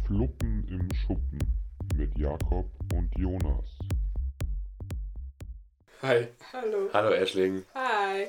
Fluppen im Schuppen mit Jakob und Jonas. Hi. Hallo. Hallo Aisling. Hi.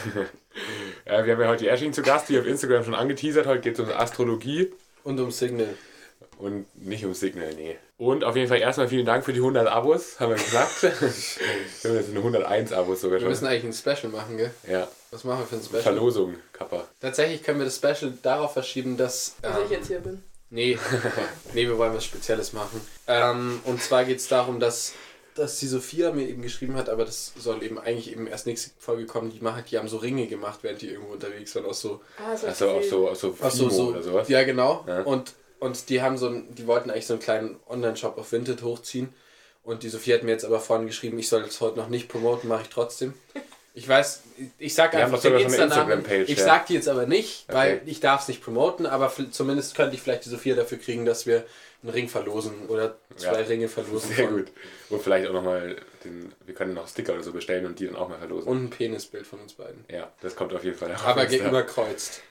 Wir haben ja heute die Aisling zu Gast, die auf Instagram schon angeteasert. Heute geht es um Astrologie. Und um Signal. Und nicht um Signal, nee. Und auf jeden Fall erstmal vielen Dank für die 100 Abos. Haben wir geknackt. Wir haben jetzt eine 101 Abos sogar schon. Wir müssen eigentlich ein Special machen, gell? Ja. Was machen wir für ein Special? Verlosung, Kappa. Tatsächlich können wir das Special darauf verschieben, dass... Dass ich jetzt hier bin. Nee, wir wollen was Spezielles machen. Und zwar geht es darum, dass die Sophia mir eben geschrieben hat, aber das soll eben eigentlich eben erst nächste Folge kommen. Die haben so Ringe gemacht, während die irgendwo unterwegs waren, aus so... Aus so Fimo oder sowas. Ja, genau. Ja. Und die haben die wollten eigentlich so einen kleinen Online-Shop auf Vinted hochziehen. Und die Sophia hat mir jetzt aber vorhin geschrieben, ich soll es heute noch nicht promoten, mache ich trotzdem. Ich weiß, ich sag einfach den Insta-Namen, ich sag die jetzt aber nicht, weil ich darf es nicht promoten, aber zumindest könnte ich vielleicht die Sophia dafür kriegen, dass wir einen Ring verlosen oder zwei Ringe verlosen. Sehr gut. Und vielleicht auch nochmal wir können noch Sticker oder so bestellen und die dann auch mal verlosen. Und ein Penisbild von uns beiden. Ja, das kommt auf jeden Fall. Aber gegenüberkreuzt.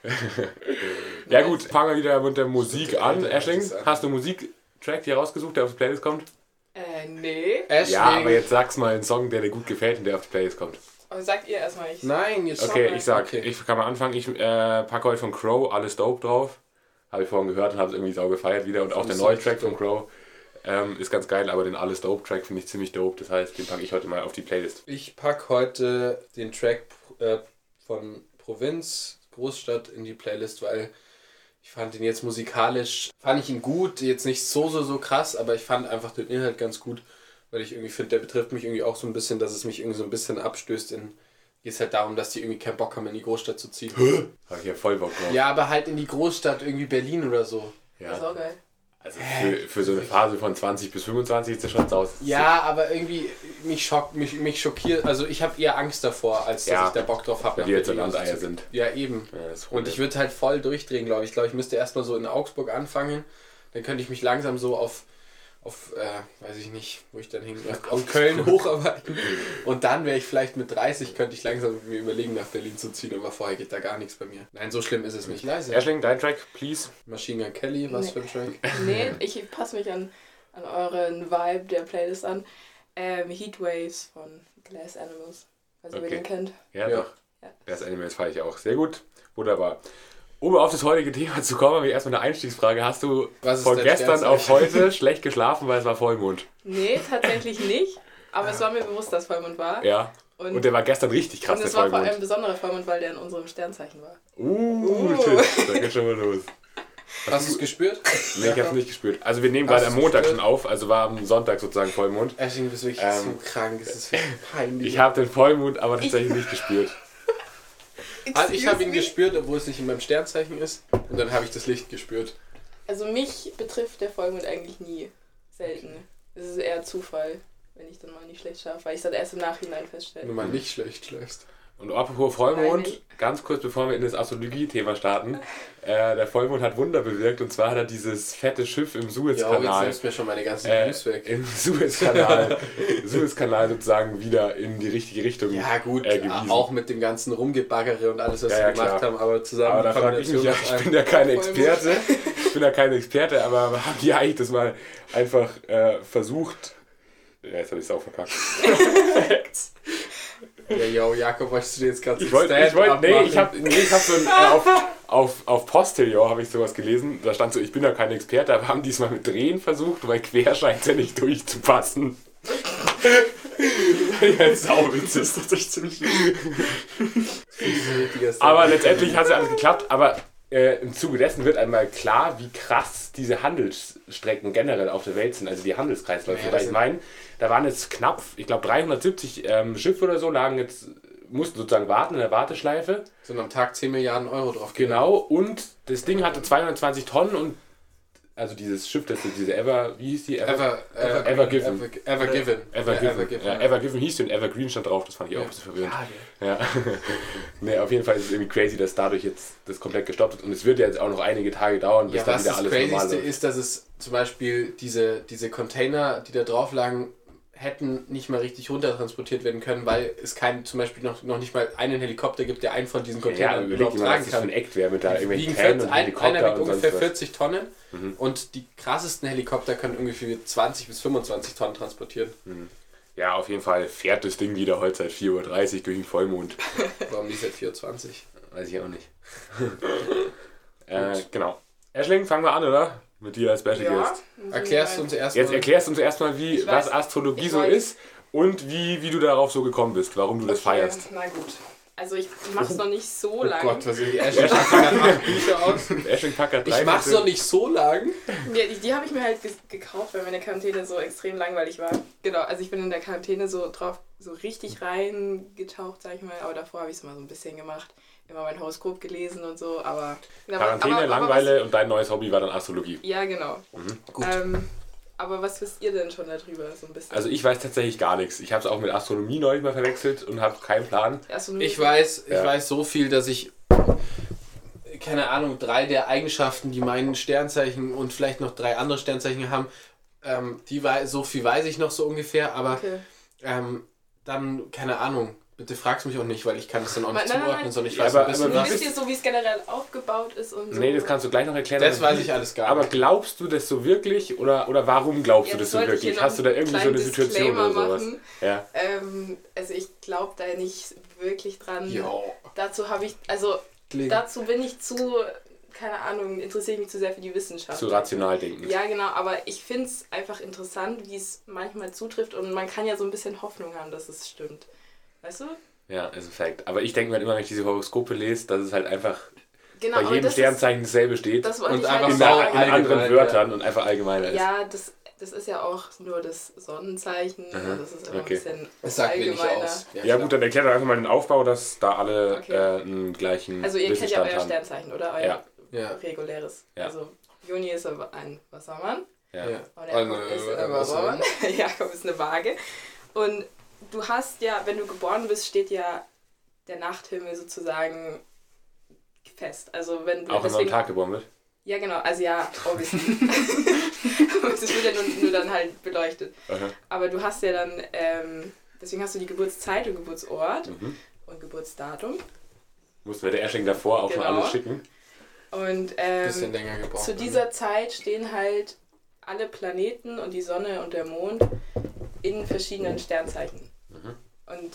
Ja gut, fangen wir wieder mit der Musik an. Aisling, hast du einen Musiktrack hier rausgesucht, der auf die Playlist kommt? Nee. Aisling. Ja, aber jetzt sag's mal einen Song, der dir gut gefällt und der auf die Playlist kommt. Aber sagt ihr erstmal. Nein, jetzt Okay, ich sag, ich kann mal anfangen. Ich packe heute von Crow Alles Dope drauf. Habe ich vorhin gehört und habe es irgendwie sau gefeiert wieder. Und auch der neue Track von Crow ist ganz geil, aber den Alles Dope Track finde ich ziemlich dope. Das heißt, den packe ich heute mal auf die Playlist. Ich packe heute den Track von Provinz, Großstadt in die Playlist, weil ich fand ihn jetzt musikalisch, fand ich ihn gut, jetzt nicht so krass, aber ich fand einfach den Inhalt ganz gut, weil ich irgendwie finde, der betrifft mich irgendwie auch so ein bisschen, dass es mich irgendwie so ein bisschen abstößt geht es halt darum, dass die irgendwie keinen Bock haben, in die Großstadt zu ziehen. Habe ich ja voll Bock drauf. Ja, aber halt in die Großstadt, irgendwie Berlin oder so. Ja. Das ist auch geil. Also für so eine Phase von 20 bis 25 ist das schon aus. Ja, aber irgendwie mich schockiert, also ich habe eher Angst davor, als dass ich da Bock drauf habe. Weil die jetzt so Landeier sind. Ja, eben. Ja, und ich würde halt voll durchdrehen, glaube ich. Ich müsste erstmal so in Augsburg anfangen, dann könnte ich mich langsam so auf weiß ich nicht, wo ich dann auf Köln hocharbeiten. Und dann wäre ich vielleicht mit 30, könnte ich langsam mir überlegen, nach Berlin zu ziehen, aber vorher geht da gar nichts bei mir. Nein, so schlimm ist es nicht. Leise. Aisling, dein Track, please. Machine Gun Kelly, was für ein Track? Nee, ich passe mich an euren Vibe der Playlist an. Heatwaves von Glass Animals. Falls ihr den kennt. Ja, doch. Ja. Glass Animals feiere ich auch. Sehr gut. Wunderbar. Um auf das heutige Thema zu kommen, habe ich erstmal eine Einstiegsfrage. Hast du von gestern auf heute schlecht geschlafen, weil es war Vollmond? Nee, tatsächlich nicht. Aber es war mir bewusst, dass Vollmond war. Ja. Und der war gestern richtig krass, und der es war Vollmond. vor allem ein besonderer Vollmond, weil der in unserem Sternzeichen war. Shit. Da geht schon mal los. Hast du es gespürt? Nee, ich habe es nicht gespürt. Also wir nehmen gerade am Montag schon auf, also war am Sonntag sozusagen Vollmond. Aisling, du bist wirklich so krank, es ist wirklich peinlich. Ich habe den Vollmond aber tatsächlich nicht gespürt. Also ich habe ihn gespürt, obwohl es nicht in meinem Sternzeichen ist. Und dann habe ich das Licht gespürt. Also mich betrifft der Vollmond eigentlich nie. Selten. Es ist eher Zufall, wenn ich dann mal nicht schlecht schlafe, weil ich es dann erst im Nachhinein feststelle. Wenn du mal nicht schlecht schläfst. Und apropos Vollmond, Nein. ganz kurz bevor wir in das Astrologie-Thema starten, der Vollmond hat Wunder bewirkt und zwar hat er dieses fette Schiff im Ja, Suezkanal. jetzt nimmst du mir schon meine ganzen News weg. Im Suezkanal sozusagen wieder in die richtige Richtung Ja gut, gewiesen. auch mit dem ganzen Rumgebaggere und alles, was Ja, sie ja, gemacht klar. haben, aber zusammen Aber da frage ich mich ja, ich bin ja kein Experte, aber haben die eigentlich das mal einfach versucht... Ja, jetzt habe ich es auch verkackt. Ja, yo, Jakob, wolltest du dir jetzt gerade Ich hab so ein, auf Postillon habe ich sowas gelesen, da stand so, ich bin ja kein Experte, aber haben diesmal mit Drehen versucht, weil quer scheint ja nicht durchzupassen. Ja, sauwitzig, das ist echt ziemlich Aber letztendlich hat es ja alles geklappt, aber im Zuge dessen wird einmal klar, wie krass diese Handelsstrecken generell auf der Welt sind, also die Handelskreisläufe. Ja, weil ich meine, da waren jetzt knapp, ich glaube 370 Schiffe oder so, mussten sozusagen warten in der Warteschleife. Sind am Tag 10 Milliarden Euro drauf. Genau, und das Ding hatte 220 Tonnen und also dieses Schiff, diese wie hieß die? Evergiven. Evergiven hieß die und Evergreen stand drauf, das fand ich auch ein bisschen verwirrend. Ja. Nee, auf jeden Fall ist es irgendwie crazy, dass dadurch jetzt das komplett gestoppt wird und es wird ja jetzt auch noch einige Tage dauern, bis dann wieder alles normal läuft. Das Crazyste ist, dass es zum Beispiel diese Container, die da drauf lagen, hätten nicht mal richtig runtertransportiert werden können, weil es zum Beispiel noch nicht mal einen Helikopter gibt, der einen von diesen Containern überhaupt tragen kann. Was das für ein Act wäre mit da irgendwelchen Kränen und Helikopter. Einer wiegt ungefähr 40 Tonnen und die krassesten Helikopter können ungefähr 20 bis 25 Tonnen transportieren. Ja, auf jeden Fall fährt das Ding wieder heute seit 4:30 Uhr durch den Vollmond. Warum nicht seit 4:20 Uhr? Weiß ich auch nicht. Genau. Aisling, fangen wir an, oder? Mit dir als Special Guest. Erklärst du uns erstmal. Jetzt erklärst du uns erstmal, was Astrologie so ist und wie du darauf so gekommen bist, warum du das feierst. Na gut. Also ich mach's noch nicht so lang. Oh Gott, was sind die Aisling packert 8 Bücher aus? Aisling packert 3 Ich mach's noch nicht so lang. Ja, die habe ich mir halt gekauft, weil meine Quarantäne so extrem langweilig war. Genau, also ich bin in der Quarantäne so richtig reingetaucht, sag ich mal. Aber davor habe ich es mal so ein bisschen gemacht. Immer mein Horoskop gelesen und so, aber... Quarantäne, Langeweile und dein neues Hobby war dann Astrologie. Ja, genau. Gut. Aber was wisst ihr denn schon darüber, so ein bisschen? Also ich weiß tatsächlich gar nichts. Ich habe es auch mit Astronomie neulich mal verwechselt und habe keinen Plan. Ich weiß so viel, dass ich, keine Ahnung, 3 der Eigenschaften, die mein Sternzeichen und vielleicht noch 3 andere Sternzeichen haben, so viel weiß ich noch so ungefähr, aber dann, keine Ahnung. Bitte fragst mich auch nicht, weil ich kann es dann auch nicht zuordnen, sondern ich weiß ein bisschen was. Wisst ihr so, wie es generell aufgebaut ist und so? Nee, das kannst du gleich noch erklären. Das weiß ich alles gar nicht. Aber glaubst du das so wirklich oder warum glaubst du das so wirklich? Hast du da irgendwie so eine Situation oder sowas? Ja. Also ich glaube da nicht wirklich dran. Jo. Dazu bin ich zu, keine Ahnung, interessiere ich mich zu sehr für die Wissenschaft. Zu rational denken. Ja, genau, aber ich finde es einfach interessant, wie es manchmal zutrifft und man kann ja so ein bisschen Hoffnung haben, dass es stimmt. Weißt du? Ja, ist ein Fact. Aber ich denke mir halt immer, wenn ich diese Horoskope lese, dass es halt einfach bei jedem das Sternzeichen dasselbe steht. Das und einfach in anderen Wörtern und einfach allgemeiner ist. Ja, das ist ja auch nur das Sonnenzeichen. Das ist immer ein bisschen allgemeiner. Ja gut, dann erklärt doch einfach mal den Aufbau, dass da alle einen gleichen Also ihr kennt ja euer haben. Sternzeichen, oder? Euer reguläres. Ja. Also Juni ist ein Wassermann. Ja. Und Jakob ist eine Waage. Und du hast ja, wenn du geboren bist, steht ja der Nachthimmel sozusagen fest. Also wenn du auch wenn man am Tag geboren wird? Ja, genau. Also ja, obviously. Das wird ja nur dann halt beleuchtet. Okay. Aber du hast ja dann, deswegen hast du die Geburtszeit und Geburtsort und Geburtsdatum. Mussten wir der Aisling davor auch schon alles schicken. Und bisschen länger gebraucht, zu dieser Zeit stehen halt alle Planeten und die Sonne und der Mond in verschiedenen Sternzeichen. Und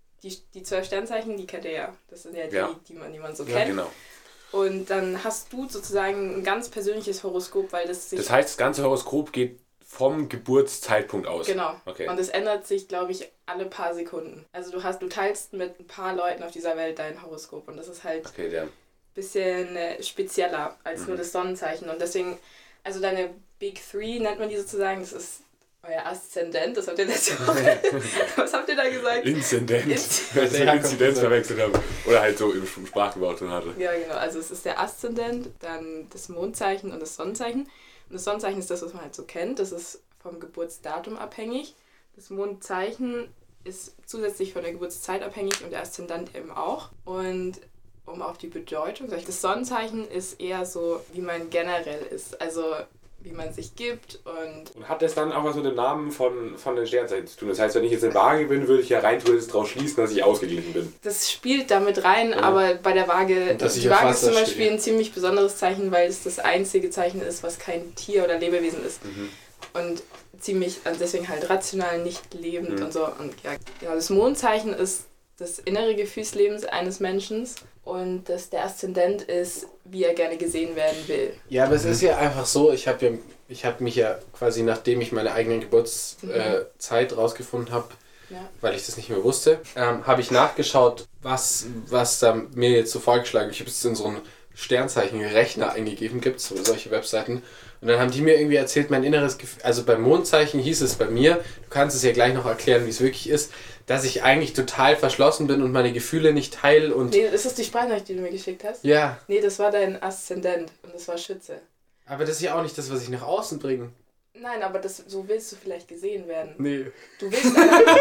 die 12 Sternzeichen, die kennt ihr ja. Das sind ja die man so kennt. Ja, genau. Und dann hast du sozusagen ein ganz persönliches Horoskop, weil das sich... Das heißt, das ganze Horoskop geht vom Geburtszeitpunkt aus? Genau. Okay. Und es ändert sich, glaube ich, alle paar Sekunden. Also du teilst mit ein paar Leuten auf dieser Welt dein Horoskop. Und das ist halt ein bisschen spezieller als nur das Sonnenzeichen. Und deswegen, also deine Big Three nennt man die sozusagen, das ist euer Aszendent, das habt ihr letzte Woche. Was habt ihr da gesagt? Inzident. Weil ich Inzidenz verwechselt habe. Oder halt so im Sprachgebrauch drin hatte. Ja, genau. Also es ist der Aszendent, dann das Mondzeichen und das Sonnenzeichen. Und das Sonnenzeichen ist das, was man halt so kennt. Das ist vom Geburtsdatum abhängig. Das Mondzeichen ist zusätzlich von der Geburtszeit abhängig und der Aszendent eben auch. Und um auf die Bedeutung, das Sonnenzeichen ist eher so, wie man generell ist. Also wie man sich gibt und hat das dann auch was mit dem Namen von den Sternzeichen zu tun? Das heißt, wenn ich jetzt eine Waage bin, würde ich ja rein theoretisch daraus schließen, dass ich ausgeglichen bin. Das spielt damit rein, aber bei der Waage, die Waage ist zum Beispiel ein ziemlich besonderes Zeichen, weil es das einzige Zeichen ist, was kein Tier oder Lebewesen ist. Und ziemlich, deswegen halt rational, nicht lebend und so. Und ja, genau, das Mondzeichen ist das innere Gefühlslebens eines Menschen und der Aszendent ist, wie er gerne gesehen werden will. Ja, aber es ist ja einfach so, ich hab mich ja quasi, nachdem ich meine eigene Geburtszeit rausgefunden habe, weil ich das nicht mehr wusste, habe ich nachgeschaut, was da mir jetzt so vorgeschlagen wird. Ich habe es in so einen Sternzeichen-Rechner eingegeben, gibt es solche Webseiten. Und dann haben die mir irgendwie erzählt, mein inneres Gefühl, also beim Mondzeichen hieß es bei mir, du kannst es ja gleich noch erklären, wie es wirklich ist, dass ich eigentlich total verschlossen bin und meine Gefühle nicht teile und... Nee, ist das die Sprachnachricht, die du mir geschickt hast? Ja. Nee, das war dein Aszendent und das war Schütze. Aber das ist ja auch nicht das, was ich nach außen bringe. Nein, aber so willst du vielleicht gesehen werden. Nee. Du willst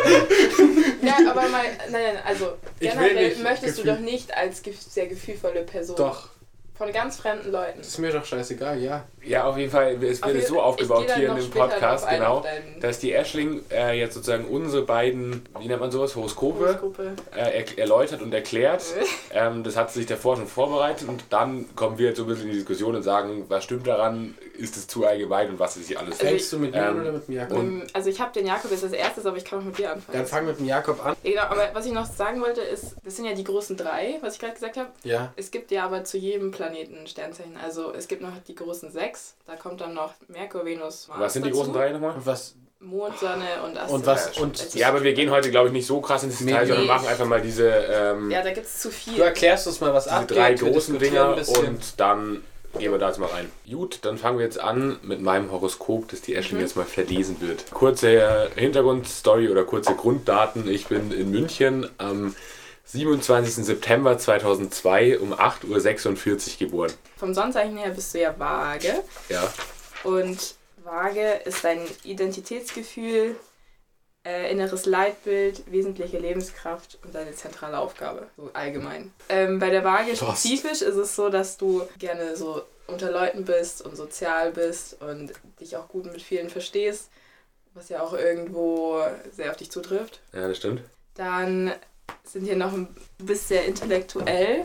ja, aber mal... Nein, also generell möchtest du doch nicht als sehr gefühlvolle Person... Doch. Von ganz fremden Leuten. Das ist mir doch scheißegal, ja. Ja, auf jeden Fall, es wird so aufgebaut hier in dem Podcast, genau, deinen dass die Ashling jetzt sozusagen unsere beiden, wie nennt man sowas, Horoskope erläutert und erklärt. Das hat sie sich davor schon vorbereitet und dann kommen wir jetzt so ein bisschen in die Diskussion und sagen, was stimmt daran, ist es zu allgemein und was ist hier alles. Fängst du mit mir oder mit dem Jakob? Also ich habe den Jakob jetzt als erstes, aber ich kann auch mit dir anfangen. Dann fang mit dem Jakob an. Ja, genau, aber was ich noch sagen wollte ist, das sind ja die großen 3, was ich gerade gesagt habe. Ja. Es gibt ja aber zu jedem Planeten ein Sternzeichen. Also es gibt noch die großen 6, da kommt dann noch Merkur, Venus, Mars. Was sind die dazu. großen 3 nochmal? Und was? Mond, Sonne und Aszendent. Und was? Und Ja, aber wir gehen heute, glaube ich, nicht so krass ins Detail, sondern machen einfach mal diese, ja, da gibt es zu viel. du erklärst uns mal, was diese abgeht. 3 wir großen diskutieren ein Dinger bisschen. und dann gehen wir da jetzt mal rein. Gut, dann fangen wir jetzt an mit meinem Horoskop, das die Ashling jetzt mal verlesen wird. Kurze Hintergrundstory oder kurze Grunddaten. Ich bin in München am 27. September 2002 um 8:46 Uhr geboren. Vom Sonnenzeichen her bist du ja Waage. Ja. Und Waage ist dein Identitätsgefühl, inneres Leitbild, wesentliche Lebenskraft und deine zentrale Aufgabe, so allgemein. Bei der Waage spezifisch ist es so, dass du gerne so unter Leuten bist und sozial bist und dich auch gut mit vielen verstehst, was ja auch irgendwo sehr auf dich zutrifft. Ja, das stimmt. Dann sind hier noch, du bist sehr intellektuell.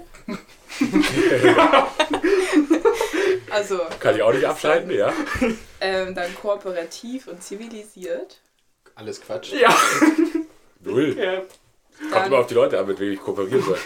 Also Kann ich auch nicht abschalten, ja. dann kooperativ und zivilisiert. Alles Quatsch. Ja. Null. Kommt immer auf die Leute an, mit wem ich kooperieren soll.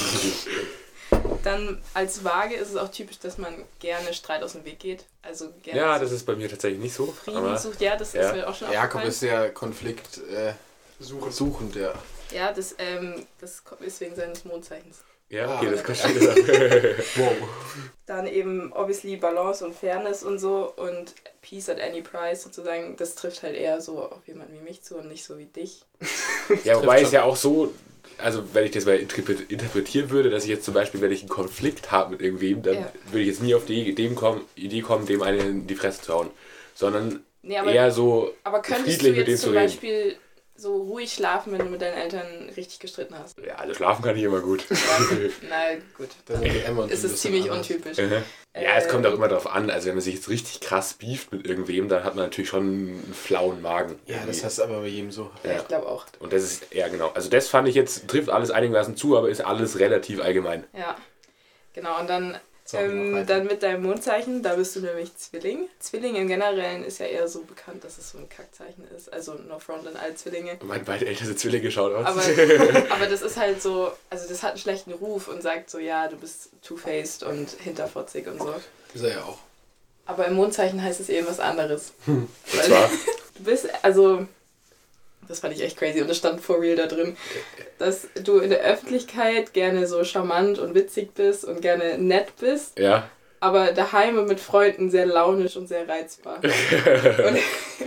Dann als Waage ist es auch typisch, dass man gerne Streit aus dem Weg geht. Also gerne Ja, das ist bei mir tatsächlich nicht so. Frieden Aber sucht. Ja, das ist mir auch schon Jakob aufgefallen. ist sehr konfliktsuchend, ja. Ja, das ist wegen seines Mondzeichens. ja, okay, das kann okay. ich Wow. Dann eben obviously Balance und Fairness und so und Peace at any price sozusagen. Das trifft halt eher so auf jemanden wie mich zu und nicht so wie dich. Ja, wobei es ja auch so, also wenn ich das mal interpretieren würde, dass ich jetzt zum Beispiel, wenn ich einen Konflikt habe mit irgendwem, dann würde ich jetzt nie auf die Idee kommen, dem einen in die Fresse zu hauen. Sondern eher so aber könntest friedlich du mit dem jetzt zu zum reden. beispiel so ruhig schlafen, wenn du mit deinen Eltern richtig gestritten hast? Ja, also schlafen kann ich immer gut. Na gut. Dann sind die Emma und Es du ist ein ziemlich bisschen anders. untypisch. Ja, es kommt auch immer darauf an. Also wenn man sich jetzt richtig krass beeft mit irgendwem, dann hat man natürlich schon einen flauen Magen. Ja, das hast du aber bei jedem so. Ja, ich glaube auch. Und das ist, ja genau. Also das fand ich jetzt, trifft alles einigermaßen zu, aber ist alles relativ allgemein. Ja, genau. Und dann, So, mach weiter. dann mit deinem Mondzeichen, da bist du nämlich Zwilling. Zwilling im Generellen ist ja eher so bekannt, dass es so ein Kackzeichen ist. Also no front an alle Zwillinge. Meine beiden älteste Zwillinge schaut aus. Aber das ist halt so, also das hat einen schlechten Ruf und sagt so, ja, du bist two-faced und hinterfotzig und so. Ist er ja auch. Aber im Mondzeichen heißt es eben was anderes. Und zwar, Du bist, also, das fand ich echt crazy und das stand for real da drin, dass du in der Öffentlichkeit gerne so charmant und witzig bist und gerne nett bist, ja. aber daheim und mit Freunden sehr launisch und sehr reizbar. Und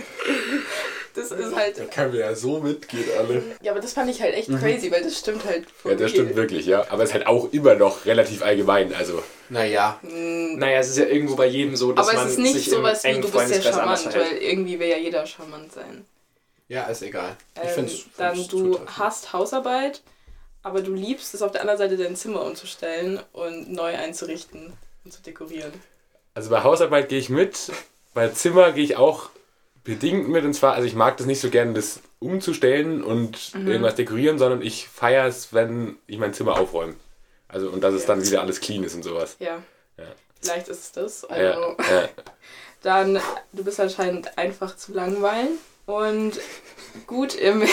das ist halt, Da können wir ja so mitgehen, alle. ja, aber das fand ich halt echt crazy, weil das stimmt halt for Ja, das real. stimmt wirklich, ja. Aber es ist halt auch immer noch relativ allgemein. Also, Naja. Naja, es ist ja irgendwo bei jedem so, dass Aber man es ist nicht sich sowas im wie, engen du bist sehr Freundeskreis anders charmant, verhält. weil irgendwie will ja jeder charmant sein. Ja, ist egal. Ich find's Dann du zutreffend. hast Hausarbeit, aber du liebst es auf der anderen Seite dein Zimmer umzustellen und neu einzurichten und zu dekorieren. also bei Hausarbeit gehe ich mit, bei Zimmer gehe ich auch bedingt mit. Und zwar, also ich mag das nicht so gerne, das umzustellen und irgendwas dekorieren, sondern ich feiere es, wenn ich mein Zimmer aufräume. Also und dass es dann wieder alles clean ist und sowas. Ja. Ja. Vielleicht ist es das. I don't Ja, know. ja. Dann, du bist anscheinend einfach zu langweilen und gut im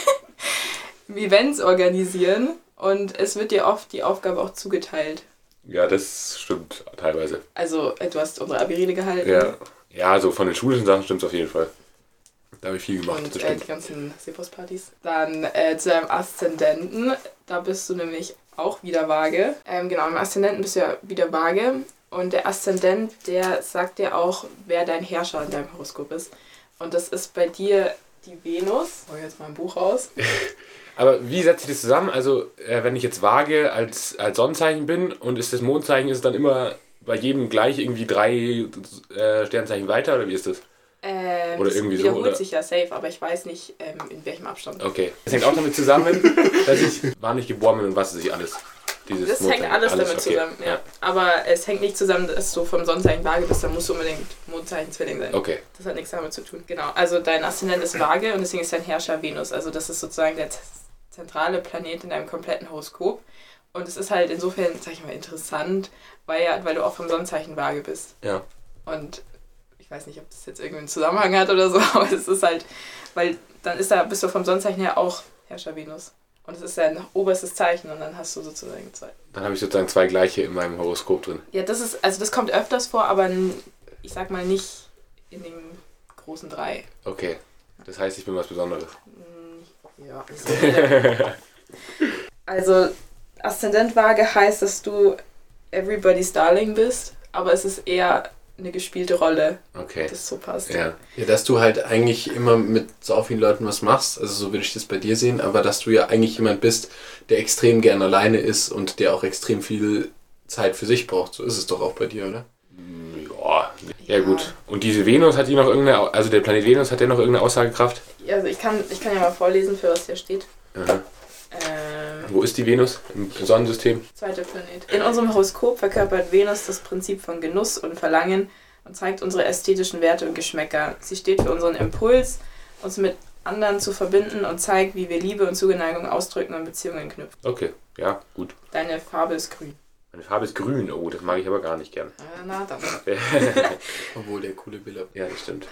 Events organisieren und es wird dir oft die Aufgabe auch zugeteilt. Ja, das stimmt teilweise. Also, du hast unsere Abirine gehalten Ja, ja, so von den schulischen Sachen stimmt es auf jeden Fall. Da habe ich viel gemacht, und das die stimmt. ganzen Seepost-Partys. Dann zu deinem Aszendenten, da bist du nämlich auch wieder Waage. Genau, im Aszendenten bist du ja wieder Waage und der Aszendent, der sagt dir auch, wer dein Herrscher in deinem Horoskop ist. Und das ist bei dir die Venus. Ich hol jetzt mal ein Buch raus. Aber wie setzt sich das zusammen? Also, wenn ich jetzt Waage als Sonnenzeichen bin und ist das Mondzeichen, ist es dann immer bei jedem gleich irgendwie 3 Sternzeichen weiter oder wie ist das? Oder das irgendwie so, wiederholt oder? sich ja safe, aber ich weiß nicht, in welchem Abstand. Okay. Das hängt auch damit zusammen, dass ich wann ich geboren bin und was sich alles Das hängt alles damit zusammen, ja. Aber es hängt nicht zusammen, dass du vom Sonnenzeichen Waage bist, dann musst du unbedingt Mondzeichen Zwilling sein. Okay. Das hat nichts damit zu tun. Genau, also dein Aszendent ist Waage und deswegen ist dein Herrscher Venus. Also das ist sozusagen der zentrale Planet in deinem kompletten Horoskop. Und es ist halt insofern, sag ich mal, interessant, weil du auch vom Sonnenzeichen Waage bist. Ja. Und ich weiß nicht, ob das jetzt irgendwie einen Zusammenhang hat oder so, aber es ist halt, weil dann bist du vom Sonnenzeichen her auch Herrscher Venus. Und es ist dein oberstes Zeichen und dann hast du sozusagen zwei. Dann habe ich sozusagen zwei gleiche in meinem Horoskop drin. Ja, das kommt öfters vor, aber ich sag mal nicht in den großen 3. Okay. Das heißt, ich bin was Besonderes. Ja, nicht so. Also, Aszendent Waage heißt, dass du everybody's darling bist, aber es ist eher eine gespielte Rolle, das so passt. Ja, dass du halt eigentlich immer mit so vielen Leuten was machst, also so würde ich das bei dir sehen, aber dass du ja eigentlich jemand bist, der extrem gern alleine ist und der auch extrem viel Zeit für sich braucht. So ist es doch auch bei dir, oder? Ja gut. Und diese Venus, hat die noch irgendeine, also der Planet Venus, hat der noch irgendeine Aussagekraft? Also ich kann ja mal vorlesen, für was hier steht. Aha. Wo ist die Venus? Im Sonnensystem? Zweiter Planet. In unserem Horoskop verkörpert Venus das Prinzip von Genuss und Verlangen und zeigt unsere ästhetischen Werte und Geschmäcker. Sie steht für unseren Impuls, uns mit anderen zu verbinden und zeigt, wie wir Liebe und Zuneigung ausdrücken und Beziehungen knüpfen. Okay, ja, gut. Deine Farbe ist grün. Meine Farbe ist grün. Oh, das mag ich aber gar nicht gern. Na dann. Obwohl der coole Bilder. Ja, das stimmt.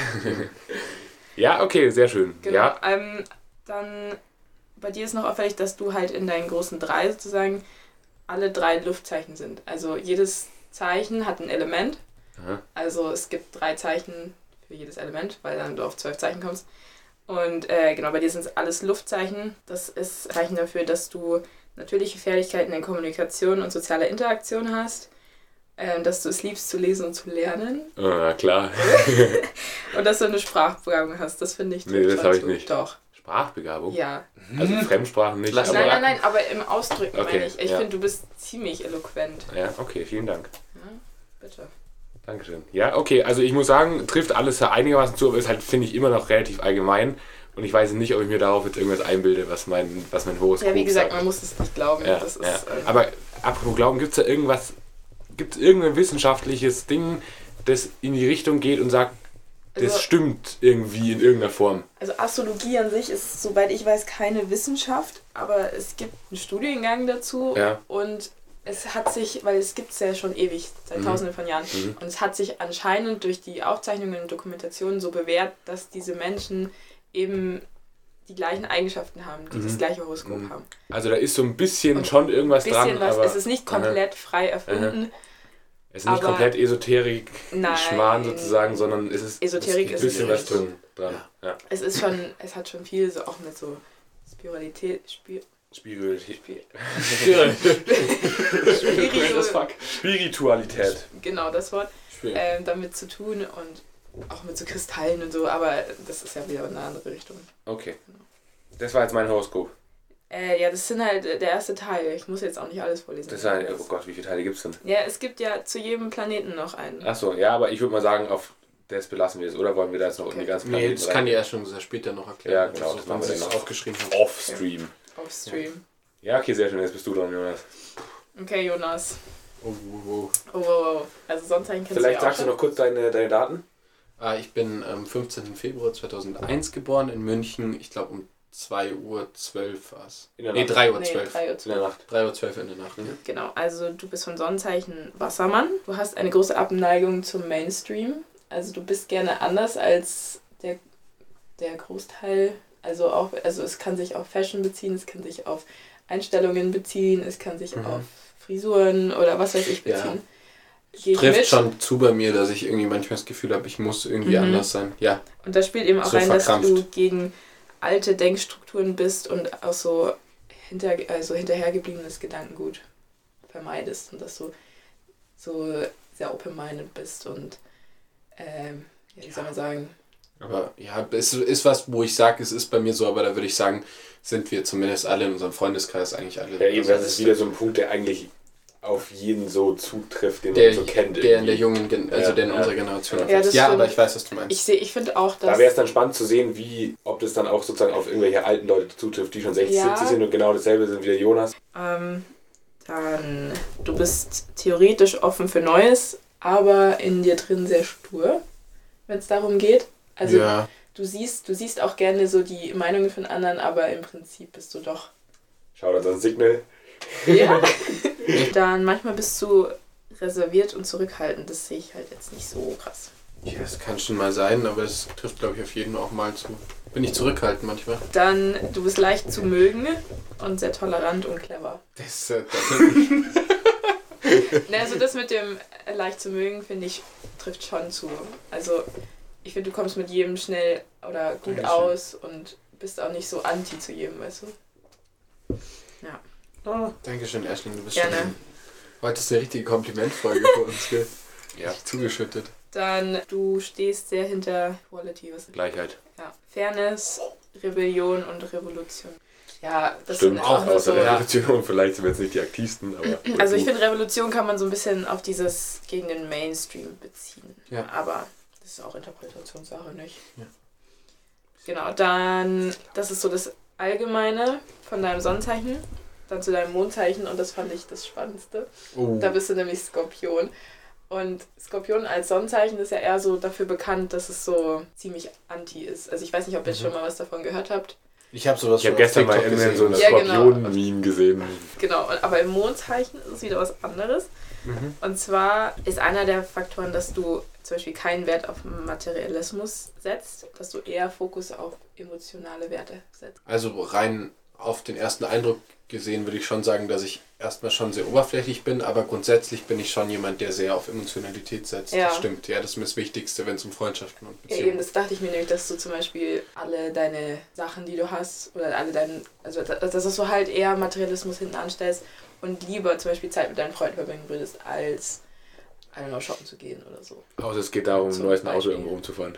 Ja, okay, sehr schön. Genau. Ja. Dann bei dir ist noch auffällig, dass du halt in deinen großen 3 sozusagen alle 3 Luftzeichen sind. Also jedes Zeichen hat ein Element. Aha. Also es gibt 3 Zeichen für jedes Element, weil dann du auf 12 Zeichen kommst. Und genau, bei dir sind es alles Luftzeichen. Das ist ein Zeichen dafür, dass du natürliche Fertigkeiten in Kommunikation und sozialer Interaktion hast. Dass du es liebst zu lesen und zu lernen. Na klar. Und dass du eine Sprachbegabung hast. Das finde ich Nee, das habe ich nicht. Doch. Sprachbegabung? Ja. Also Fremdsprachen nicht. Nein, aber im Ausdrücken Okay, meine ich. Ich ja. finde, du bist ziemlich eloquent. Ja, okay, vielen Dank. Ja, bitte. Dankeschön. Ja, okay, also ich muss sagen, trifft alles da einigermaßen zu, aber ist halt, finde ich, immer noch relativ allgemein. Und ich weiß nicht, ob ich mir darauf jetzt irgendwas einbilde, was mein Horoskop Ja, wie gesagt, sagt. man muss es nicht glauben. Ja, Das ist, ja. Aber apropos Glauben, gibt es da irgendwas, gibt es irgendein wissenschaftliches Ding, das in die Richtung geht und sagt, das Also- stimmt irgendwie in irgendeiner Form? Also Astrologie an sich ist, soweit ich weiß, keine Wissenschaft, aber es gibt einen Studiengang dazu Ja. und es hat sich, weil es gibt es ja schon ewig, seit Tausenden von Jahren, und es hat sich anscheinend durch die Aufzeichnungen und Dokumentationen so bewährt, dass diese Menschen eben die gleichen Eigenschaften haben, die das gleiche Horoskop haben. Also da ist so ein bisschen Und schon irgendwas Ein bisschen dran, was, aber es ist nicht komplett frei erfunden. es ist nicht aber- komplett Esoterik, Nein. Schmarrn sozusagen, sondern es ist Esoterik ein ist bisschen es was drin dran. Ja. Es hat schon viel so auch mit so Spiritualität, Spiritualität. genau das Wort, damit zu tun und auch mit so Kristallen und so, aber das ist ja wieder eine andere Richtung. Okay. Das war jetzt mein Horoskop. Ja, das sind halt der erste Teil. Ich muss jetzt auch nicht alles vorlesen. Das war, oh Gott, wie viele Teile gibt es denn? Ja, es gibt ja zu jedem Planeten noch einen. Achso, ja, aber ich würde mal sagen, auf das belassen wir es. Oder wollen wir da jetzt noch in die ganzen Nee, Planeten das kann die erst schon später noch erklären. Ja, genau, Also, das wenn machen wir sie dann es noch. aufgeschrieben haben. Offstream. Offstream. Ja, okay, sehr schön. Jetzt bist du dran, Jonas. Okay, Jonas. Oh. Oh. Also Sonnenzeichen kennst Vielleicht du ja sagst du noch kurz deine Daten. Ich bin am 15. Februar 2001 geboren in München. Ich glaube um 2:12 Uhr war es. In der Nee, Nacht. 3:12 Uhr. 3 Uhr. In der Nacht. 3:12 Uhr in der Nacht. Genau, also du bist von Sonnenzeichen Wassermann. Du hast eine große Abneigung zum Mainstream. Also du bist gerne anders als der Großteil. Also es kann sich auf Fashion beziehen, es kann sich auf Einstellungen beziehen, es kann sich auf Frisuren oder was weiß ich beziehen. Geh ich Trifft mit. schon zu bei mir, dass ich irgendwie manchmal das Gefühl habe, ich muss irgendwie anders sein. Ja. Und da spielt eben auch So rein, dass verkrampft. du gegen alte Denkstrukturen bist und auch so hinterhergebliebenes Gedankengut vermeidest und dass du so sehr open-minded bist und wie soll man sagen? Aber ja, es ist was, wo ich sage, es ist bei mir so, aber da würde ich sagen, sind wir zumindest alle in unserem Freundeskreis eigentlich alle. Ja, eben, Also das ist wieder so ein Punkt, der eigentlich auf jeden so zutrifft, den der, man so kennt. der in der irgendwie. jungen, Ja, der in ja. unserer Generation Ja, aufwächst. das Ja, stimmt. aber ich weiß, was du meinst. Ich finde auch, dass... Da wäre es dann spannend zu sehen, ob das dann auch sozusagen auf irgendwelche alten Leute zutrifft, die schon 60, Ja. 70 sind und genau dasselbe sind wie der Jonas. Dann, du bist theoretisch offen für Neues, aber in dir drin sehr stur, wenn es darum geht. Also Ja. du siehst auch gerne so die Meinungen von anderen, aber im Prinzip bist du doch... Schau da so ein Signal. Ja. Dann manchmal bist du reserviert und zurückhaltend. Das sehe ich halt jetzt nicht so krass. Ja, das kann schon mal sein, aber es trifft, glaube ich, auf jeden auch mal zu. Bin ich zurückhaltend manchmal. Dann, du bist leicht zu mögen und sehr tolerant und clever. Das Ne, also das mit dem leicht zu mögen, finde ich, trifft schon zu. Also ich finde, du kommst mit jedem schnell oder gut Dankeschön. aus und bist auch nicht so anti zu jedem, weißt du? Ja. Oh. Dankeschön, Ashlyn, du bist Gerne. schon... Heute ist eine richtige Komplimentfolge für uns, gell? Ja. Zugeschüttet. Dann, du stehst sehr hinter Quality, was ist Gleichheit. ja. Fairness, Rebellion und Revolution. Ja, das Stimmt, sind auch auch nur außer so... der Revolution. Vielleicht sind wir jetzt nicht die aktivsten, aber... Also ich finde, Revolution kann man so ein bisschen auf dieses gegen den Mainstream beziehen. Ja. Aber das ist auch Interpretationssache, nicht? Ja. Genau, dann, das ist so das Allgemeine von deinem Sonnenzeichen. Dann zu deinem Mondzeichen und das fand ich das Spannendste. Oh. Da bist du nämlich Skorpion. Und Skorpion als Sonnenzeichen ist ja eher so dafür bekannt, dass es so ziemlich anti ist. Also ich weiß nicht, ob ihr schon mal was davon gehört habt. Ich habe sowas Ich habe schon auf gestern mal TikTok irgendwann so ein Ja, genau. Skorpion-Meme gesehen. Genau, aber im Mondzeichen ist es wieder was anderes. Mhm. Und zwar ist einer der Faktoren, dass du zum Beispiel keinen Wert auf Materialismus setzt, dass du eher Fokus auf emotionale Werte setzt. Also rein auf den ersten Eindruck gesehen würde ich schon sagen, dass ich erstmal schon sehr oberflächlich bin, aber grundsätzlich bin ich schon jemand, der sehr auf Emotionalität setzt. Ja. Das stimmt, ja, das ist mir das Wichtigste, wenn es um Freundschaften und Ja, eben, Beziehungen das dachte ich mir nämlich, dass du zum Beispiel alle deine Sachen, die du hast, oder alle deine, also dass du halt eher Materialismus hinten anstellst und lieber zum Beispiel Zeit mit deinen Freunden verbringen würdest, als einmal shoppen zu gehen oder so. Außer es geht darum, ein Zum neues Auto Beispiel. irgendwo umzufahren.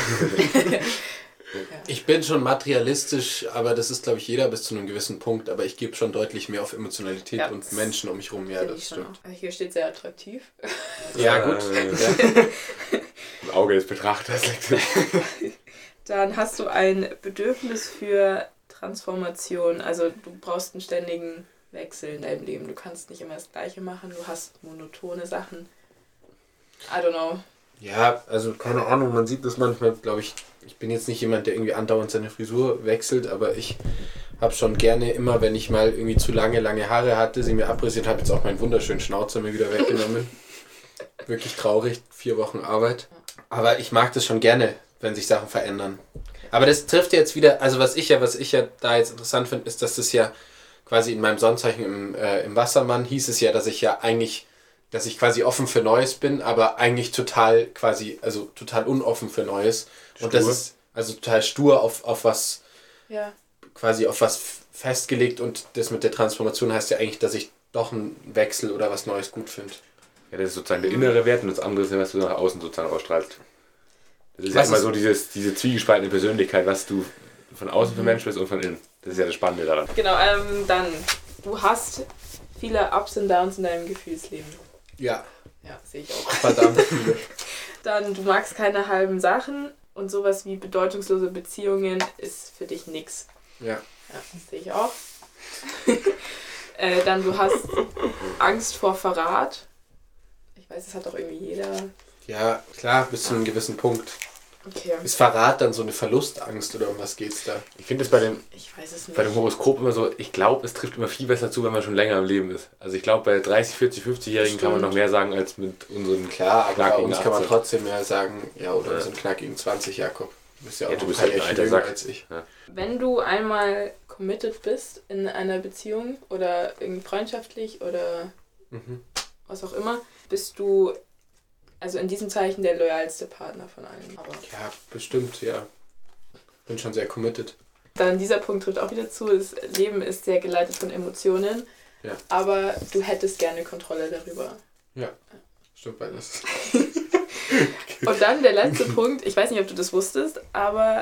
Ich bin schon materialistisch, aber das ist, glaube ich, jeder bis zu einem gewissen Punkt, aber ich gebe schon deutlich mehr auf Emotionalität Ja, und Menschen um mich rum. Ja, Finde das ich schon stimmt. auch. Hier steht sehr attraktiv. Ja, gut. Ja. Im Auge des Betrachters liegt es. Dann hast du ein Bedürfnis für Transformation. Also du brauchst einen ständigen Wechsel in deinem Leben. Du kannst nicht immer das Gleiche machen. Du hast monotone Sachen. I don't know. Ja, also keine Ahnung, man sieht das manchmal, glaube ich, ich bin jetzt nicht jemand, der irgendwie andauernd seine Frisur wechselt, aber ich habe schon gerne immer, wenn ich mal irgendwie zu lange Haare hatte, sie mir abrasiert habe, jetzt auch meinen wunderschönen Schnauzer mir wieder weggenommen. Wirklich traurig, 4 Wochen Arbeit. Aber ich mag das schon gerne, wenn sich Sachen verändern. Aber das trifft jetzt wieder, also was ich ja da jetzt interessant finde, ist, dass das ja quasi in meinem Sonnenzeichen im Wassermann hieß es ja, dass ich quasi offen für Neues bin, aber eigentlich total unoffen für Neues. Und das Stur. ist also total stur auf was, Ja. quasi auf was festgelegt, und das mit der Transformation heißt ja eigentlich, dass ich doch einen Wechsel oder was Neues gut finde. Ja, das ist sozusagen der innere Wert und das andere ist, was du nach außen sozusagen ausstrahlst. Das ist ja Was immer ist- so diese zwiegespaltene Persönlichkeit, was du von außen für Mensch bist und von innen. Das ist ja das Spannende daran. Genau, dann, du hast viele Ups und Downs in deinem Gefühlsleben. Ja, Ja, sehe ich auch. verdammt viele. Dann, du magst keine halben Sachen und sowas wie bedeutungslose Beziehungen ist für dich nix. Ja. Ja, das sehe ich auch. Dann, du hast Angst vor Verrat. Ich weiß, das hat doch irgendwie jeder. Ja, klar, bis zu einem gewissen Punkt. Okay, Ist Verrat dann so eine Verlustangst oder um was geht's da? Ich finde es bei dem ich weiß es nicht. Horoskop immer so, ich glaube, es trifft immer viel besser zu, wenn man schon länger im Leben ist. Also ich glaube, bei 30, 40, 50-Jährigen kann man noch mehr sagen als mit unseren Klar, aber bei knackigen uns kann man 18. trotzdem ja sagen, ja, oder wir Ja. sind knackigen 20, Jakob. Du bist ja auch Ja, noch du bist ein paar halt ein Jährchen alter jünger Sack. als ich. Wenn du einmal committed bist in einer Beziehung oder irgendwie freundschaftlich oder Mhm. was auch immer, bist du also in diesem Zeichen der loyalste Partner von allen. Aber Ja, bestimmt, ja. Bin schon sehr committed. dann dieser Punkt trifft auch wieder zu, das Leben ist sehr geleitet von Emotionen, Ja. aber du hättest gerne Kontrolle darüber. Stimmt beides. Und dann der letzte Punkt, ich weiß nicht, ob du das wusstest, aber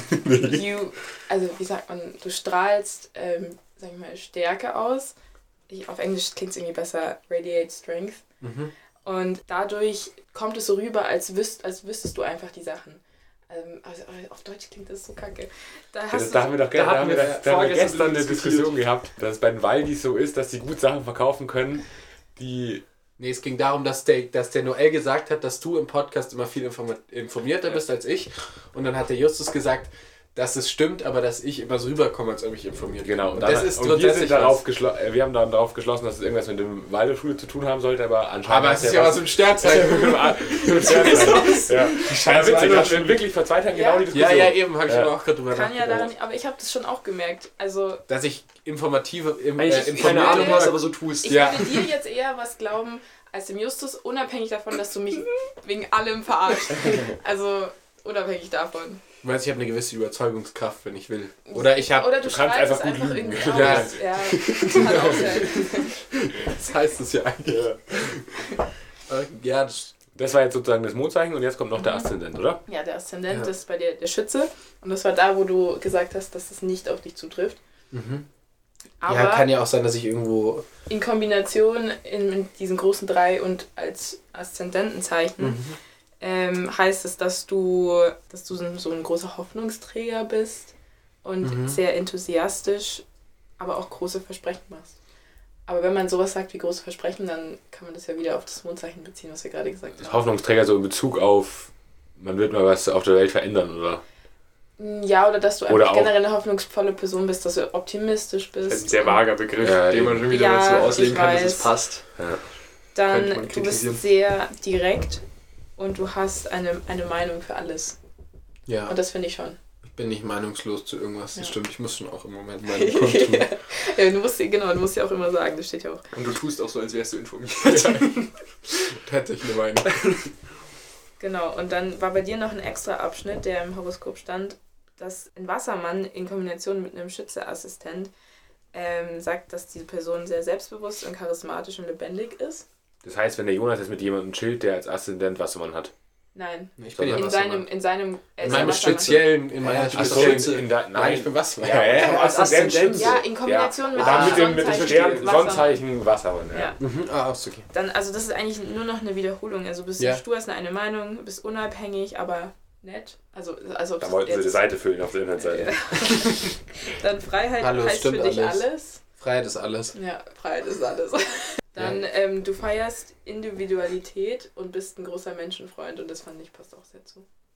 wie sagt man, du strahlst, sag ich mal, Stärke aus. Auf Englisch klingt es irgendwie besser, radiate strength. Mhm. Und dadurch kommt es so rüber, als wüsstest du einfach die Sachen. Also auf Deutsch klingt das so kacke. Da haben wir gestern eine Diskussion gehabt, dass es bei den Waldis so ist, dass sie gut Sachen verkaufen können, die... Nee, es ging darum, dass der Noel gesagt hat, dass du im Podcast immer viel informierter bist als ich. Und dann hat der Justus gesagt, dass es stimmt, aber dass ich immer so rüberkomme, als ob ich informiert bin. Genau, und wir haben dann darauf geschlossen, dass es irgendwas mit dem Waldorfschule zu tun haben sollte, aber anscheinend... Aber es ist ja was im Sternzeichen. Ja. Die Scheiße, witzig, hast du wirklich vor 2 Tagen genau die Diskussion. Ja, eben, habe ich aber auch gerade drüber nachgedacht. Ja daran, aber ich habe das schon auch gemerkt. Also, dass ich keine Ahnung hast, aber so tust. Ich würde dir jetzt eher was glauben als dem Justus, unabhängig davon, dass du mich wegen allem verarscht. Also, unabhängig davon. Du meinst, ich habe eine gewisse Überzeugungskraft, wenn ich will. Oder du kannst einfach gut lügen. Irgendwie aus. Ja, kann auch sein. Das heißt es ja eigentlich. Ja, das war jetzt sozusagen das Mondzeichen und jetzt kommt noch der Aszendent, oder? Ja, der Aszendent ist bei dir der Schütze. Und das war da, wo du gesagt hast, dass es nicht auf dich zutrifft. Mhm. Aber ja, kann ja auch sein, dass ich irgendwo... In Kombination in diesen großen 3 und als Aszendentenzeichen heißt es, dass du so ein großer Hoffnungsträger bist und sehr enthusiastisch, aber auch große Versprechen machst. Aber wenn man sowas sagt wie große Versprechen, dann kann man das ja wieder auf das Mondzeichen beziehen, was wir gerade gesagt haben. Hoffnungsträger so in Bezug auf, man wird mal was auf der Welt verändern, oder? Ja, oder dass du einfach generell eine hoffnungsvolle Person bist, dass du optimistisch bist. Das ist ein sehr vager Begriff, den man schon wieder dazu auslegen kann, dass es passt. Ja. Dann, du bist sehr direkt und du hast eine Meinung für alles. Ja. Und das finde ich schon. Ich bin nicht meinungslos zu irgendwas, das stimmt. Ich muss schon auch im Moment meine kundtun. Ja, du musst ja auch immer sagen, das steht ja auch. Und du tust auch so, als wärst du informiert. Hätte ich eine Meinung. Genau, und dann war bei dir noch ein extra Abschnitt, der im Horoskop stand, dass ein Wassermann in Kombination mit einem Schütze-Assistent sagt, dass diese Person sehr selbstbewusst und charismatisch und lebendig ist. Das heißt, wenn der Jonas jetzt mit jemandem chillt, der als Aszendent Wassermann hat. Nein. Ich bin in meinem speziellen... Nein, ich bin Wassermann. Ja, als Aszendent. Ja, in Kombination mit dem Sonnenzeichen Wassermann. Ja. Okay. Dann, also das ist eigentlich nur noch eine Wiederholung. Also bist du hast eine Meinung, bist unabhängig, aber nett. Also da wollten sie die Seite füllen auf der Internetseite. Dann Freiheit heißt für dich alles. Freiheit ist alles. Ja, Freiheit ist alles. Dann, du feierst Individualität und bist ein großer Menschenfreund und das fand ich passt auch sehr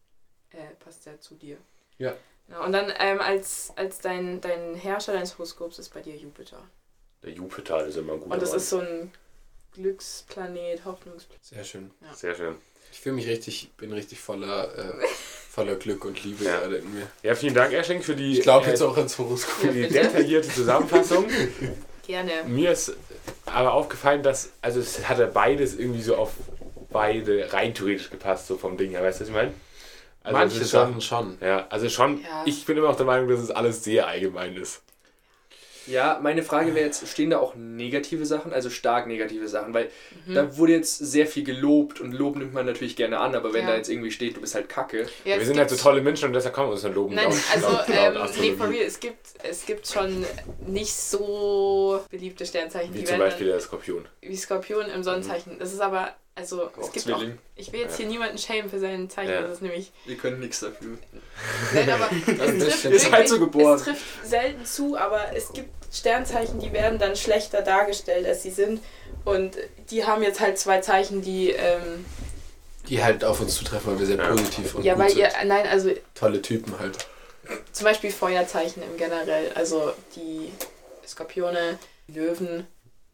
zu dir. Ja. Und dann als dein Herrscher deines Horoskops ist bei dir Jupiter. Der Jupiter ist immer gut. Und das ist so ein Glücksplanet, Hoffnungsplanet. Sehr schön. Ja. Sehr schön. Ich fühle mich bin richtig voller Glück und Liebe gerade in mir. Ja, vielen Dank, Asching, für die... Ich glaube jetzt auch ans Horoskop. Für die detaillierte Zusammenfassung. Gerne. Mir ist aber aufgefallen, dass, also es hatte beides irgendwie so auf beide rein theoretisch gepasst, so vom Ding her, weißt du, was ich meine? Also manche Sachen schon. Ja, also schon, ich bin immer auch der Meinung, dass es alles sehr allgemein ist. Ja, meine Frage wäre jetzt, stehen da auch negative Sachen, also stark negative Sachen, weil da wurde jetzt sehr viel gelobt und Lob nimmt man natürlich gerne an, aber wenn da jetzt irgendwie steht, du bist halt kacke. Ja, wir sind halt so tolle Menschen und deshalb kann man uns dann loben. Nein, for real, es gibt schon nicht so beliebte Sternzeichen. Wie zum Beispiel der Skorpion. Wie Skorpion im Sonnenzeichen. Das ist aber, also es gibt auch, ich will jetzt hier niemanden schämen für sein Zeichen, das ist nämlich... Wir können nichts dafür. Nein, aber ist halt so geboren. Es trifft selten zu, aber es gibt Sternzeichen, die werden dann schlechter dargestellt, als sie sind. Und die haben jetzt halt 2 Zeichen, die halt auf uns zutreffen, weil wir sehr positiv und gut sind. Tolle Typen halt. Zum Beispiel Feuerzeichen im Generell, also die Skorpione, Löwen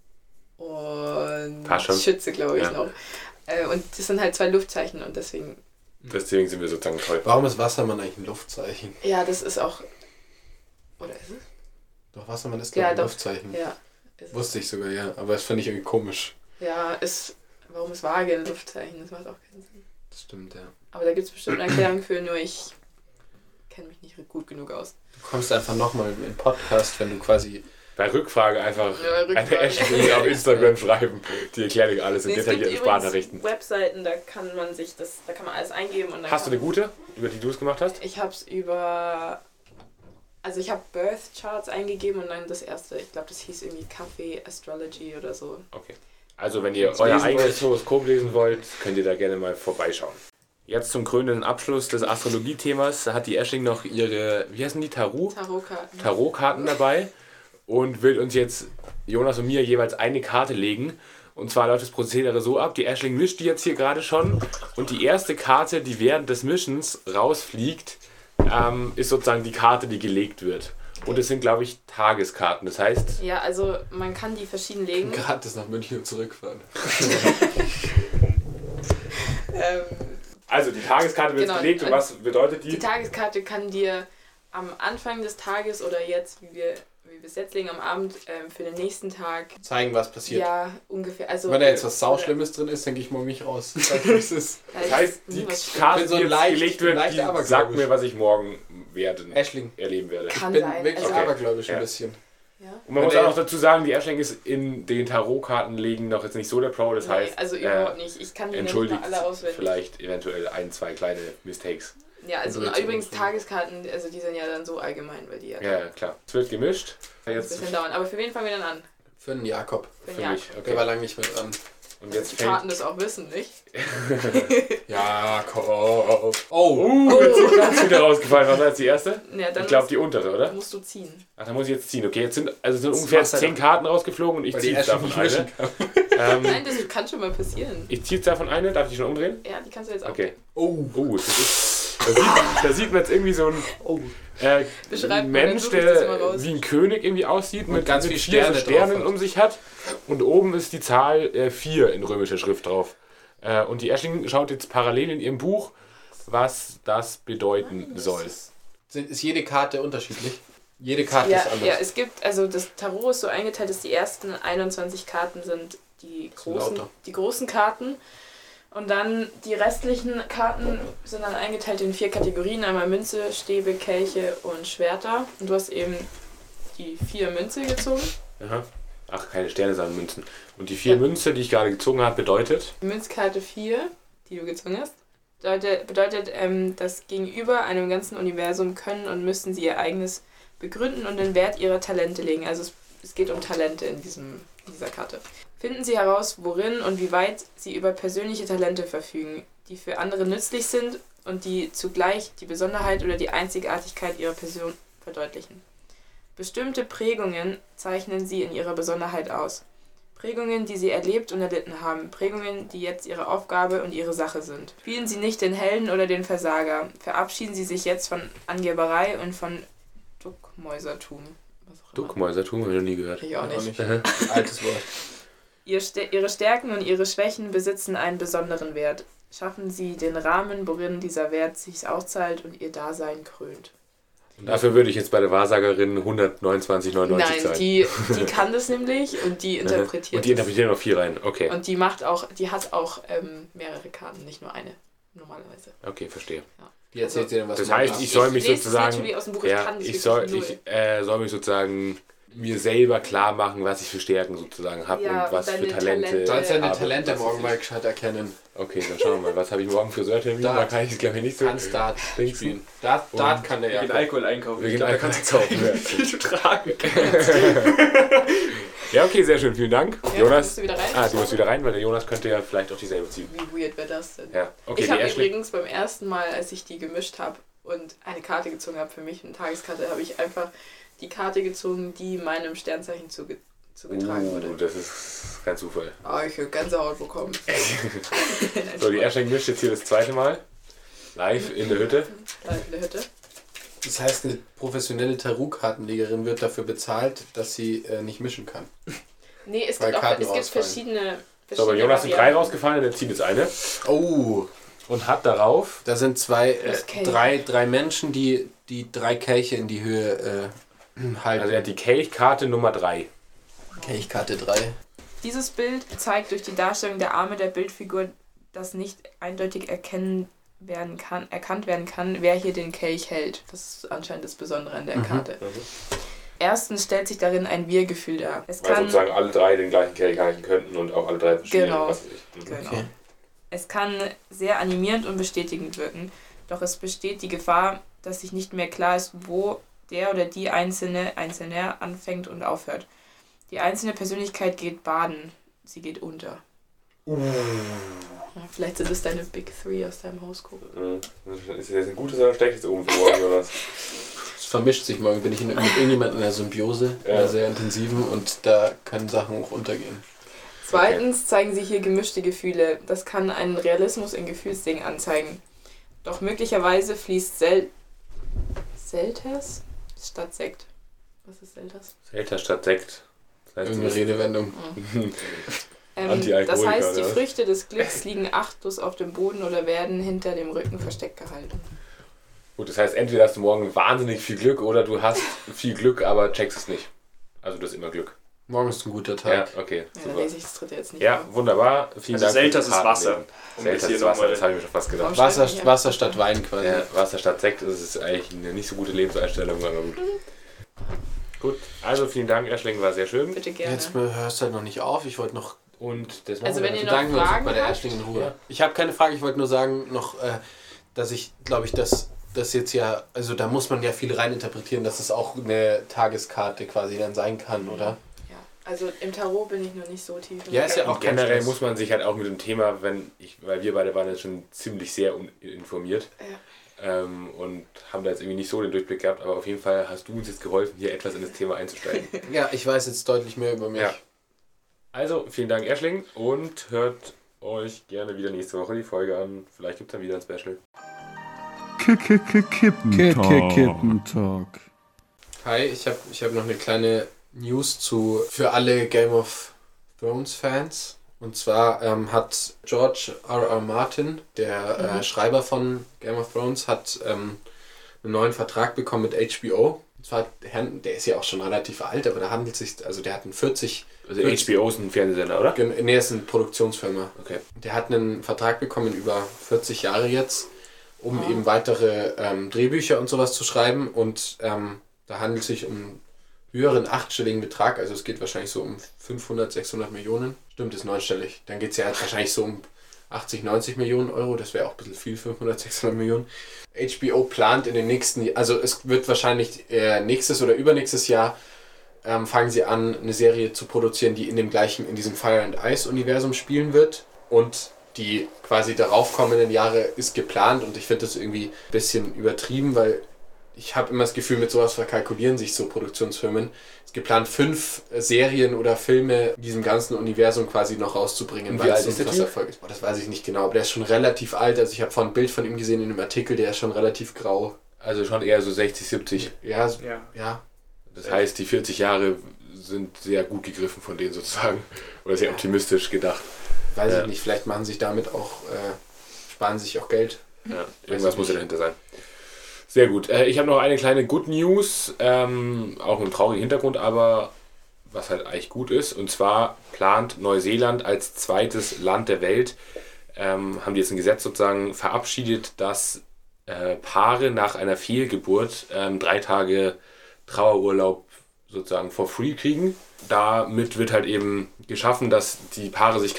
und Schütze, glaube ich, noch. Und das sind halt 2 Luftzeichen und deswegen sind wir sozusagen toll. Warum ist Wassermann eigentlich ein Luftzeichen? Ja, das ist auch... Oder ist es? Doch, Wassermann ist glaube ich ein Luftzeichen. Ja. Wusste ich sogar, ja. Aber das finde ich irgendwie komisch. Ja, warum ist Waage ein Luftzeichen? Das macht auch keinen Sinn. Das stimmt, ja. Aber da gibt es bestimmt eine Erklärung für, nur ich kenne mich nicht gut genug aus. Du kommst einfach nochmal in den Podcast, wenn du quasi... Bei Rückfrage einfach eine Ashley auf Instagram schreiben. Die erklären dir alles in detaillierten Sprachnachrichten. Webseiten, da kann man alles eingeben. Und dann hast du eine gute, über die du es gemacht hast? Ich habe es Also ich habe Birth Charts eingegeben und dann das erste, ich glaube das hieß irgendwie Kaffee Astrology oder so. Okay. Also wenn ihr euer eigenes Horoskop lesen wollt, könnt ihr da gerne mal vorbeischauen. Jetzt zum krönenden Abschluss des Astrologie-Themas hat die Aisling noch ihre, wie heißen die, Tarotkarten dabei und will uns jetzt, Jonas und mir, jeweils eine Karte legen. Und zwar läuft das Prozedere so ab, die Aisling mischt die jetzt hier gerade schon und die erste Karte, die während des Mischens rausfliegt, ist sozusagen die Karte, die gelegt wird. Und es sind, glaube ich, Tageskarten. Das heißt... Ja, also man kann die verschieden legen. Gratis nach München und zurückfahren. Also die Tageskarte wird gelegt und was bedeutet die? Die Tageskarte kann dir am Anfang des Tages oder jetzt, wie wir es jetzt legen, am Abend für den nächsten Tag zeigen, was passiert. Ja, ungefähr. Also, wenn da jetzt was Sauschlimmes drin ist, dann gehe ich mal mich raus. Das heißt, die Karte, die jetzt gelegt wird, die sagt mir, was ich morgen erleben werde. Ich bin wirklich abergläubisch ein bisschen. Ja. Und man muss auch noch dazu sagen, die Aisling ist in den Tarotkarten legen noch jetzt nicht so der Pro, das heißt, also überhaupt nicht. Ich kann die nicht mal alle auswendig. Vielleicht eventuell 1, 2 kleine Mistakes. Ja, also übrigens Tageskarten, also die sind ja dann so allgemein, weil die ja... Ja, klar. Es wird gemischt. Jetzt ein bisschen dauern. Aber für wen fangen wir dann an? Für den Jakob. Für mich, okay. Der war lange nicht mehr dran. Und jetzt die Karten das auch wissen, nicht? Jakob. Jetzt ist ganz wieder rausgefallen. Was war jetzt die erste? Ja, dann ich glaube die untere, oder? Musst du ziehen. Ach, dann muss ich jetzt ziehen. Okay, jetzt sind ungefähr 10 Karten rausgeflogen und ich ziehe jetzt davon eine. Nein, das kann schon mal passieren. Ich ziehe jetzt davon eine. Darf ich die schon umdrehen? Ja, die kannst du jetzt auch. Okay. Das ist... Da sieht man jetzt irgendwie so einen Mensch, der wie ein König irgendwie aussieht, mit ganz vielen Sternen um sich hat. Und oben ist die Zahl 4 in römischer Schrift drauf. Und die Aisling schaut jetzt parallel in ihrem Buch, was das bedeuten soll. Ist jede Karte unterschiedlich? Jede Karte ist anders. Ja, es gibt, also das Tarot ist so eingeteilt, dass die ersten 21 Karten sind die großen Karten. Und dann die restlichen Karten sind dann eingeteilt in 4 Kategorien. Einmal Münze, Stäbe, Kelche und Schwerter. Und du hast eben die 4 Münze gezogen. Aha. Ach, keine Sterne, sondern Münzen. Und die 4 Münze, die ich gerade gezogen habe, bedeutet? Die Münzkarte 4, die du gezogen hast, bedeutet, dass gegenüber einem ganzen Universum können und müssen sie ihr eigenes begründen und den Wert ihrer Talente legen. Also es geht um Talente in dieser Karte. Finden Sie heraus, worin und wie weit Sie über persönliche Talente verfügen, die für andere nützlich sind und die zugleich die Besonderheit oder die Einzigartigkeit Ihrer Person verdeutlichen. Bestimmte Prägungen zeichnen Sie in Ihrer Besonderheit aus. Prägungen, die Sie erlebt und erlitten haben. Prägungen, die jetzt Ihre Aufgabe und Ihre Sache sind. Spielen Sie nicht den Helden oder den Versager. Verabschieden Sie sich jetzt von Angeberei und von Duckmäusertum. Duckmäusertum habe ich noch nie gehört. Ich auch nicht. Altes Wort. Ihre Stärken und ihre Schwächen besitzen einen besonderen Wert. Schaffen Sie den Rahmen, worin dieser Wert sich auszahlt und Ihr Dasein krönt. Und dafür würde ich jetzt bei der Wahrsagerin 129,99 zahlen. Nein, die kann das nämlich und die interpretiert. Und die interpretiert noch 4 rein, okay. Und die hat auch mehrere Karten, nicht nur eine, normalerweise. Okay, verstehe. Ja. Die erzählt dir dann was. Das heißt, ich soll mich sozusagen... Ich soll mich sozusagen mir selber klar machen, was ich für Stärken sozusagen habe und was für Talente. Du sollst deine Talente morgen mal gescheit erkennen. Okay, dann schauen wir mal. Was habe ich morgen für Friseurtermin? Da kann ich es, glaube ich, nicht so. Kannst Dart spielen. Dart kann der ja. Wir gehen Alkohol einkaufen. Wir gehen Alkohol einkaufen. Viel zu tragen. Ja, okay, sehr schön. Vielen Dank. Ja, Jonas. musst du wieder rein? Du musst wieder rein, weil der Jonas könnte ja vielleicht auch dieselbe ziehen. Wie weird wäre das denn? Ja. Okay, ich habe übrigens beim ersten Mal, als ich die gemischt habe und eine Karte gezogen habe für mich, eine Tageskarte, habe ich einfach die Karte gezogen, die meinem Sternzeichen zugetragen wurde. Das ist kein Zufall. Ich habe Gänsehaut bekommen. So, die Aisling mischt jetzt hier das zweite Mal. Live in der Hütte. Live in der Hütte. Das heißt, eine professionelle Tarotkartenlegerin wird dafür bezahlt, dass sie nicht mischen kann. Nee, es gibt verschiedene So, aber Jonas sind 3 rausgefallen und er zieht jetzt eine. Oh! Und hat darauf... Da sind drei Menschen, die 3 Kelche in die Höhe halten. Also er hat die Kelchkarte Nummer 3. Kelchkarte 3. Dieses Bild zeigt durch die Darstellung der Arme der Bildfigur, dass nicht eindeutig erkannt werden kann, wer hier den Kelch hält. Das ist anscheinend das Besondere an der Karte. Erstens stellt sich darin ein Wir-Gefühl dar. Weil sozusagen alle 3 den gleichen Kelch halten könnten und auch alle 3 verschiedene. Genau. Was weiß ich. Genau. Okay. Es kann sehr animierend und bestätigend wirken, doch es besteht die Gefahr, dass sich nicht mehr klar ist, wo der oder die Einzelne anfängt und aufhört. Die einzelne Persönlichkeit geht baden, sie geht unter. Ja, vielleicht sind es deine Big Three aus deinem Horoskop. Ist das jetzt ein gutes oder schlechtes oben für morgen oder was? Es vermischt sich morgen, bin ich mit irgendjemandem in einer Symbiose, einer sehr intensiven, und da können Sachen auch untergehen. Zweitens zeigen sich hier gemischte Gefühle. Das kann einen Realismus in Gefühlsdingen anzeigen. Doch möglicherweise fließt Selters statt Sekt. Was ist Selters? Selters statt Sekt. Das heißt, Irgendeine Redewendung. Das heißt, die Früchte des Glücks liegen achtlos auf dem Boden oder werden hinter dem Rücken versteckt gehalten. Gut, das heißt, entweder hast du morgen wahnsinnig viel Glück oder du hast viel Glück, aber checkst es nicht. Also du hast immer Glück. Morgen ist ein guter Tag. Ja, okay. Ja, dann lese ich das dritte jetzt nicht. Ja, wunderbar. Vielen Dank. Selters ist Wasser. Selters ist Wasser, das habe ich mir schon fast gedacht. Wasser statt Wein quasi. Ja, Wasser statt Sekt, das ist eigentlich eine nicht so gute Lebenseinstellung, aber gut. Gut, also vielen Dank, Aisling, war sehr schön. Bitte gerne. Jetzt hörst du halt noch nicht auf, ich wollte noch... Und das Also wenn ihr noch Bedanken wir uns Fragen bei der habt, Aisling in Ruhe. Ja. Ich habe keine Frage, ich wollte nur sagen noch, dass ich, glaube ich, das jetzt ja, also da muss man ja viel reininterpretieren, dass es auch eine Tageskarte quasi dann sein kann, oder? ja, also im Tarot bin ich noch nicht so tief. Ja, ist ja auch Und generell ganz muss man sich halt auch mit dem Thema, weil wir beide waren jetzt schon ziemlich sehr informiert und haben da jetzt irgendwie nicht so den Durchblick gehabt, aber auf jeden Fall hast du uns jetzt geholfen, hier etwas in das Thema einzusteigen. Ja, ich weiß jetzt deutlich mehr über mich. Ja. Also, vielen Dank, Aisling, und hört euch gerne wieder nächste Woche die Folge an. Vielleicht gibt es dann wieder ein Special. Kippentalk. Hi, ich hab noch eine kleine News für alle Game of Thrones Fans. Und zwar hat George R.R. Martin, der Schreiber von Game of Thrones, hat einen neuen Vertrag bekommen mit HBO. Und zwar, der ist ja auch schon relativ alt, aber da handelt es sich, also der hat einen 40... Also HBO ist ein Fernsehsender, oder? Nee, ist eine Produktionsfirma. Okay. Der hat einen Vertrag bekommen über 40 Jahre jetzt, um eben weitere Drehbücher und sowas zu schreiben. Und da handelt es sich um einen höheren 8-stelligen Betrag. Also es geht wahrscheinlich so um 500, 600 Millionen. Stimmt, ist 9-stellig. Dann geht es ja halt wahrscheinlich so um 80, 90 Millionen Euro. Das wäre auch ein bisschen viel, 500, 600 Millionen. HBO plant in den nächsten, also es wird wahrscheinlich nächstes oder übernächstes Jahr fangen sie an, eine Serie zu produzieren, die in diesem Fire and Ice Universum spielen wird. Und die quasi darauf kommenden Jahre ist geplant, und ich finde das irgendwie ein bisschen übertrieben, weil ich habe immer das Gefühl, mit sowas verkalkulieren sich so Produktionsfirmen. Es ist geplant, 5 Serien oder Filme in diesem ganzen Universum quasi noch rauszubringen, Und wie alt es so ist ein der krasser Typ? Erfolg ist. Boah, das weiß ich nicht genau, aber der ist schon relativ alt. Also ich habe vorhin ein Bild von ihm gesehen in einem Artikel, der ist schon relativ grau. Also schon eher so 60, 70. Ja. Das heißt, die 40 Jahre sind sehr gut gegriffen von denen sozusagen. Oder sehr optimistisch gedacht. Weiß ich nicht, vielleicht machen sich damit auch, sparen sich auch Geld. Ja, irgendwas muss ja dahinter sein. Sehr gut. Ich habe noch eine kleine Good News, auch mit einem traurigen Hintergrund, aber was halt eigentlich gut ist. Und zwar plant Neuseeland als zweites Land der Welt, haben die jetzt ein Gesetz sozusagen verabschiedet, dass Paare nach einer Fehlgeburt 3 Tage Trauerurlaub sozusagen for free kriegen. Damit wird halt eben geschaffen, dass die Paare sich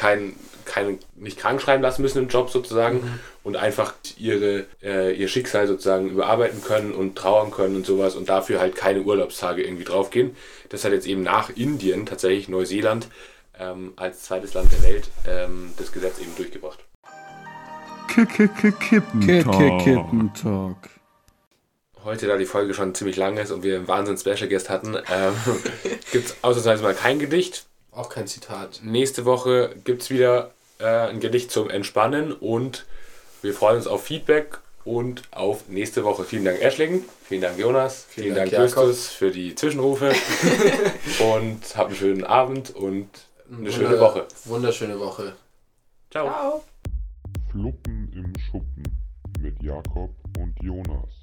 nicht krank schreiben lassen müssen im Job sozusagen und einfach ihr Schicksal sozusagen überarbeiten können und trauern können und sowas und dafür halt keine Urlaubstage irgendwie draufgehen. Das hat jetzt eben nach Indien tatsächlich Neuseeland als zweites Land der Welt das Gesetz eben durchgebracht. Kippentalk. Heute, da die Folge schon ziemlich lang ist und wir einen Wahnsinn-Special-Guest hatten, gibt es ausnahmsweise mal kein Gedicht. Auch kein Zitat. Nächste Woche gibt es wieder ein Gedicht zum Entspannen und wir freuen uns auf Feedback und auf nächste Woche. Vielen Dank, Aisling. Vielen Dank, Jonas. Vielen Dank, Justus, für die Zwischenrufe. Und habt einen schönen Abend und eine schöne Woche. Wunderschöne Woche. Ciao. Ciao. Fluppen im Schuppen mit Jakob und Jonas.